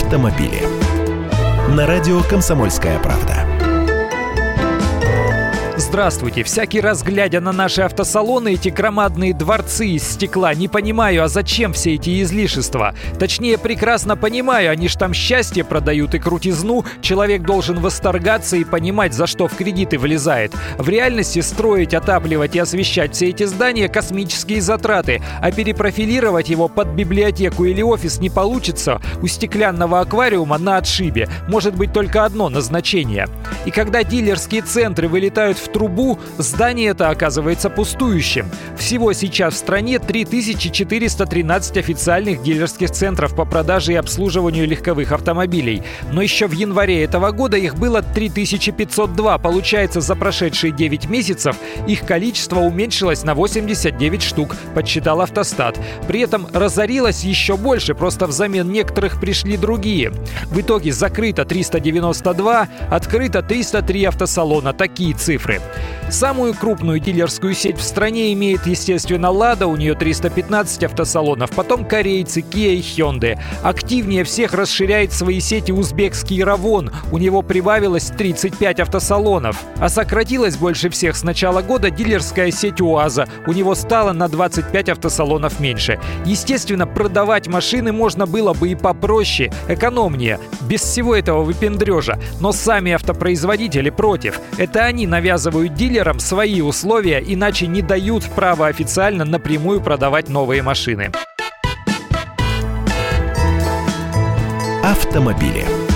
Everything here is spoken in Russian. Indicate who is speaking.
Speaker 1: автомобили. На радио «Комсомольская правда».
Speaker 2: Здравствуйте. Всякий раз, глядя на наши автосалоны, эти громадные дворцы из стекла, не понимаю, а зачем все эти излишества? Точнее, прекрасно понимаю, они ж там счастье продают и крутизну. Человек должен восторгаться и понимать, за что в кредиты влезает. В реальности строить, отапливать и освещать все эти здания – космические затраты, а перепрофилировать его под библиотеку или офис не получится. У стеклянного аквариума на отшибе может быть только одно назначение. И когда дилерские центры вылетают в трубу, здание это оказывается пустующим. Всего сейчас в стране 3413 официальных дилерских центров по продаже и обслуживанию легковых автомобилей. Но еще в январе этого года их было 3502. Получается, за прошедшие 9 месяцев их количество уменьшилось на 89 штук, подсчитал Автостат. При этом разорилось еще больше, просто взамен некоторых пришли другие. В итоге закрыто 392, открыто 303 автосалона. Такие цифры. Самую крупную дилерскую сеть в стране имеет, естественно, «Лада», у нее 315 автосалонов, потом корейцы, Kia и Hyundai. Активнее всех расширяет свои сети узбекский «Равон», у него прибавилось 35 автосалонов. А сократилась больше всех с начала года дилерская сеть «УАЗа», у него стало на 25 автосалонов меньше. Естественно, продавать машины можно было бы и попроще, экономнее, без всего этого выпендрежа. Но сами автопроизводители против. Это они навязывают дилерам свои условия, иначе не дают права официально напрямую продавать новые машины.
Speaker 1: Автомобили.